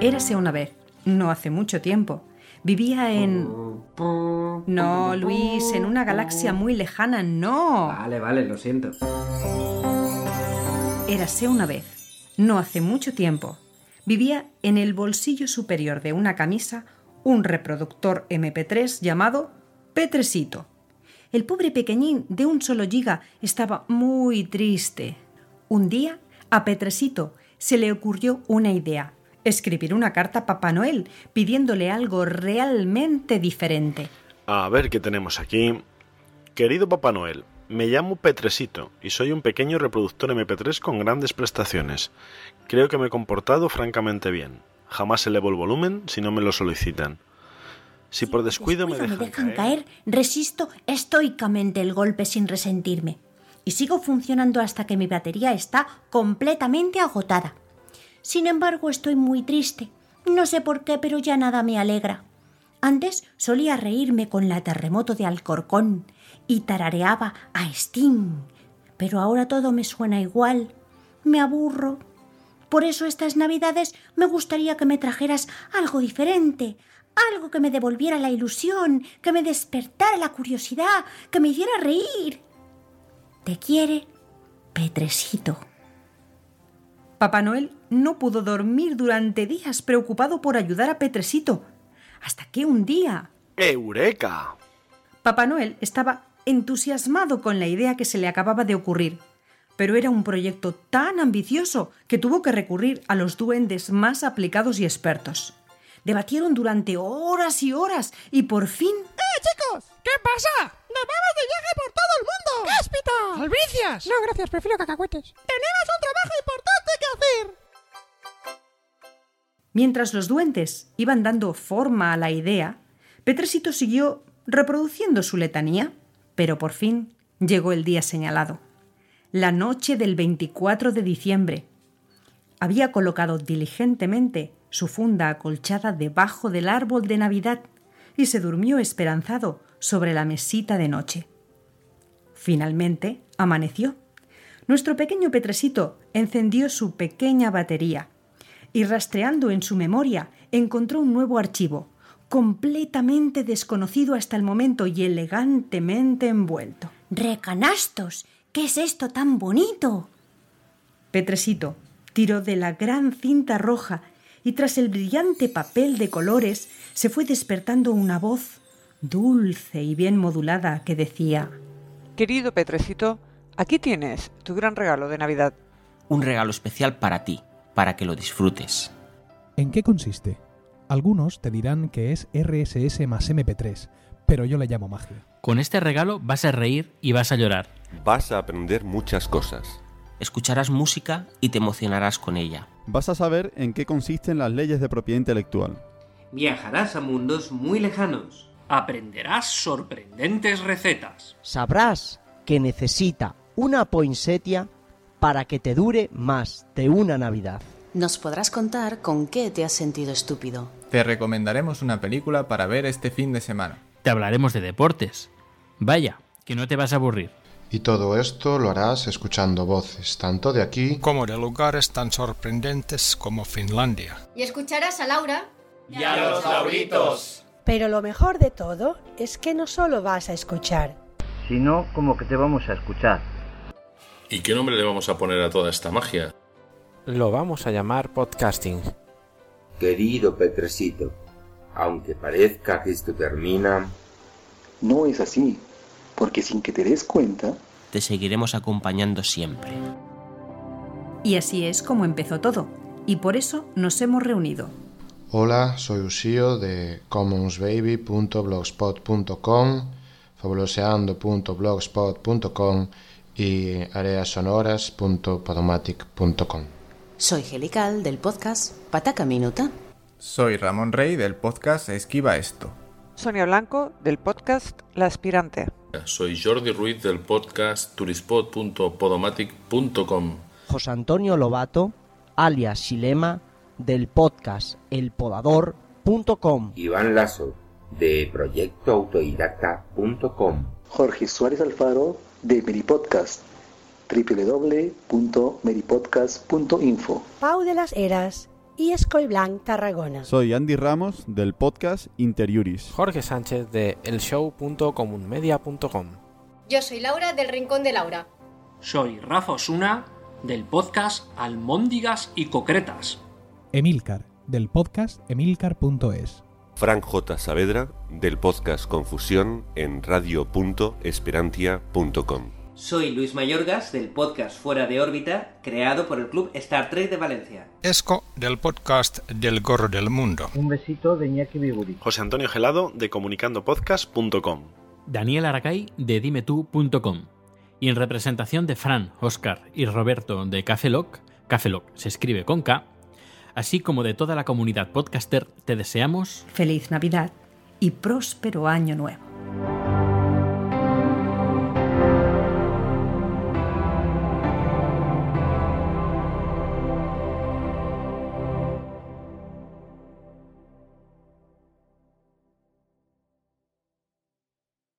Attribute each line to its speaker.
Speaker 1: Érase una vez, no hace mucho tiempo. Vivía en... No, Luis, en una galaxia muy lejana, no.
Speaker 2: Vale, lo siento.
Speaker 1: Érase una vez, no hace mucho tiempo. Vivía en el bolsillo superior de una camisa un reproductor MP3 llamado Petresito. El pobre pequeñín de un solo giga estaba muy triste. Un día, a Petresito se le ocurrió una idea: escribir una carta a Papá Noel pidiéndole algo realmente diferente.
Speaker 3: A ver qué tenemos aquí. Querido Papá Noel, me llamo Petresito y soy un pequeño reproductor MP3 con grandes prestaciones. Creo que me he comportado francamente bien. Jamás elevo el volumen si no me lo solicitan. Si por descuido me dejan caer,
Speaker 4: resisto estoicamente el golpe sin resentirme. Y sigo funcionando hasta que mi batería está completamente agotada. Sin embargo, estoy muy triste. No sé por qué, pero ya nada me alegra. Antes solía reírme con la Terremoto de Alcorcón y tarareaba a Sting. Pero ahora todo me suena igual. Me aburro. Por eso estas Navidades me gustaría que me trajeras algo diferente. Algo que me devolviera la ilusión, que me despertara la curiosidad, que me hiciera reír. Te quiere, Petresito.
Speaker 1: Papá Noel no pudo dormir durante días preocupado por ayudar a Petresito. Hasta que un día...
Speaker 3: ¡Eureka!
Speaker 1: Papá Noel estaba entusiasmado con la idea que se le acababa de ocurrir, pero era un proyecto tan ambicioso que tuvo que recurrir a los duendes más aplicados y expertos. Debatieron durante horas y horas y por fin...
Speaker 5: chicos! ¿Qué pasa? ¡Nos vamos de viaje por todo el mundo! ¡Cáspita! ¡Albricias! No, gracias, prefiero cacahuetes. ¡Tenemos un trabajo importante que hacer!
Speaker 1: Mientras los duendes iban dando forma a la idea, Petresito siguió reproduciendo su letanía, pero por fin llegó el día señalado. La noche del 24 de diciembre. Había colocado diligentemente su funda acolchada debajo del árbol de Navidad y se durmió esperanzado sobre la mesita de noche. Finalmente amaneció. Nuestro pequeño Petresito encendió su pequeña batería y, rastreando en su memoria, encontró un nuevo archivo, completamente desconocido hasta el momento y elegantemente envuelto.
Speaker 4: ¡Recanastos! ¿Qué es esto tan bonito?
Speaker 1: Petresito tiró de la gran cinta roja y tras el brillante papel de colores se fue despertando una voz dulce y bien modulada que decía:
Speaker 6: Querido Petresito, aquí tienes tu gran regalo de Navidad.
Speaker 7: Un regalo especial para ti, para que lo disfrutes.
Speaker 8: ¿En qué consiste? Algunos te dirán que es RSS más MP3, pero yo le llamo magia.
Speaker 9: Con este regalo vas a reír y vas a llorar.
Speaker 10: Vas a aprender muchas cosas.
Speaker 7: Escucharás música y te emocionarás con ella.
Speaker 11: Vas a saber en qué consisten las leyes de propiedad intelectual.
Speaker 2: Viajarás a mundos muy lejanos.
Speaker 12: Aprenderás sorprendentes recetas.
Speaker 13: Sabrás que necesita una poinsettia para que te dure más de una Navidad.
Speaker 14: Nos podrás contar con qué te has sentido estúpido.
Speaker 15: Te recomendaremos una película para ver este fin de semana.
Speaker 9: Te hablaremos de deportes. Vaya, que no te vas a aburrir.
Speaker 16: Y todo esto lo harás escuchando voces, tanto de aquí
Speaker 17: como de lugares tan sorprendentes como Finlandia.
Speaker 18: Y escucharás a Laura
Speaker 19: y a los Lauritos.
Speaker 20: Pero lo mejor de todo es que no solo vas a escuchar,
Speaker 2: sino como que te vamos a escuchar.
Speaker 5: ¿Y qué nombre le vamos a poner a toda esta magia?
Speaker 9: Lo vamos a llamar podcasting.
Speaker 15: Querido Petresito, aunque parezca que esto termina,
Speaker 7: no es así, porque sin que te des cuenta, te seguiremos acompañando siempre.
Speaker 1: Y así es como empezó todo, y por eso nos hemos reunido.
Speaker 16: Hola, soy Ushio de commonsbaby.blogspot.com, fabuloseando.blogspot.com y areasonoras.podomatic.com.
Speaker 14: Soy Gelical del podcast Pataca Minuta.
Speaker 15: Soy Ramón Rey del podcast Esquiva Esto.
Speaker 6: Sonia Blanco del podcast La Aspirante.
Speaker 5: Soy Jordi Ruiz del podcast turispot.podomatic.com.
Speaker 13: José Antonio Lobato, alias Xilema, del podcast elpodador.com.
Speaker 15: Iván Lasso de proyectoautodidacta.com.
Speaker 7: Jorge Suárez Alfaro de Meripodcast, www.meripodcast.info.
Speaker 20: Pau de las Heras y Escoiblanc, Tarragona.
Speaker 11: Soy Andy Ramos del podcast Interiuris.
Speaker 18: Jorge Sánchez de elshow.comunmedia.com.
Speaker 21: Yo soy Laura del Rincón de Laura.
Speaker 12: Soy Rafa Osuna del podcast Almóndigas y Concretas.
Speaker 8: Emilcar del podcast emilcar.es.
Speaker 10: Frank J. Saavedra del podcast Confusión en radio.esperantia.com.
Speaker 2: Soy Luis Mayorgas del podcast Fuera de órbita, creado por el Club Star Trek de Valencia.
Speaker 17: Esco del podcast Del Gorro del Mundo.
Speaker 2: Un besito de Iñaki Biguri.
Speaker 3: José Antonio Gelado de comunicandopodcast.com.
Speaker 9: Daniel Aracay de dimetú.com. Y en representación de Fran, Óscar y Roberto de Café Lock se escribe con K, así como de toda la comunidad podcaster, te deseamos
Speaker 1: feliz Navidad y próspero Año Nuevo.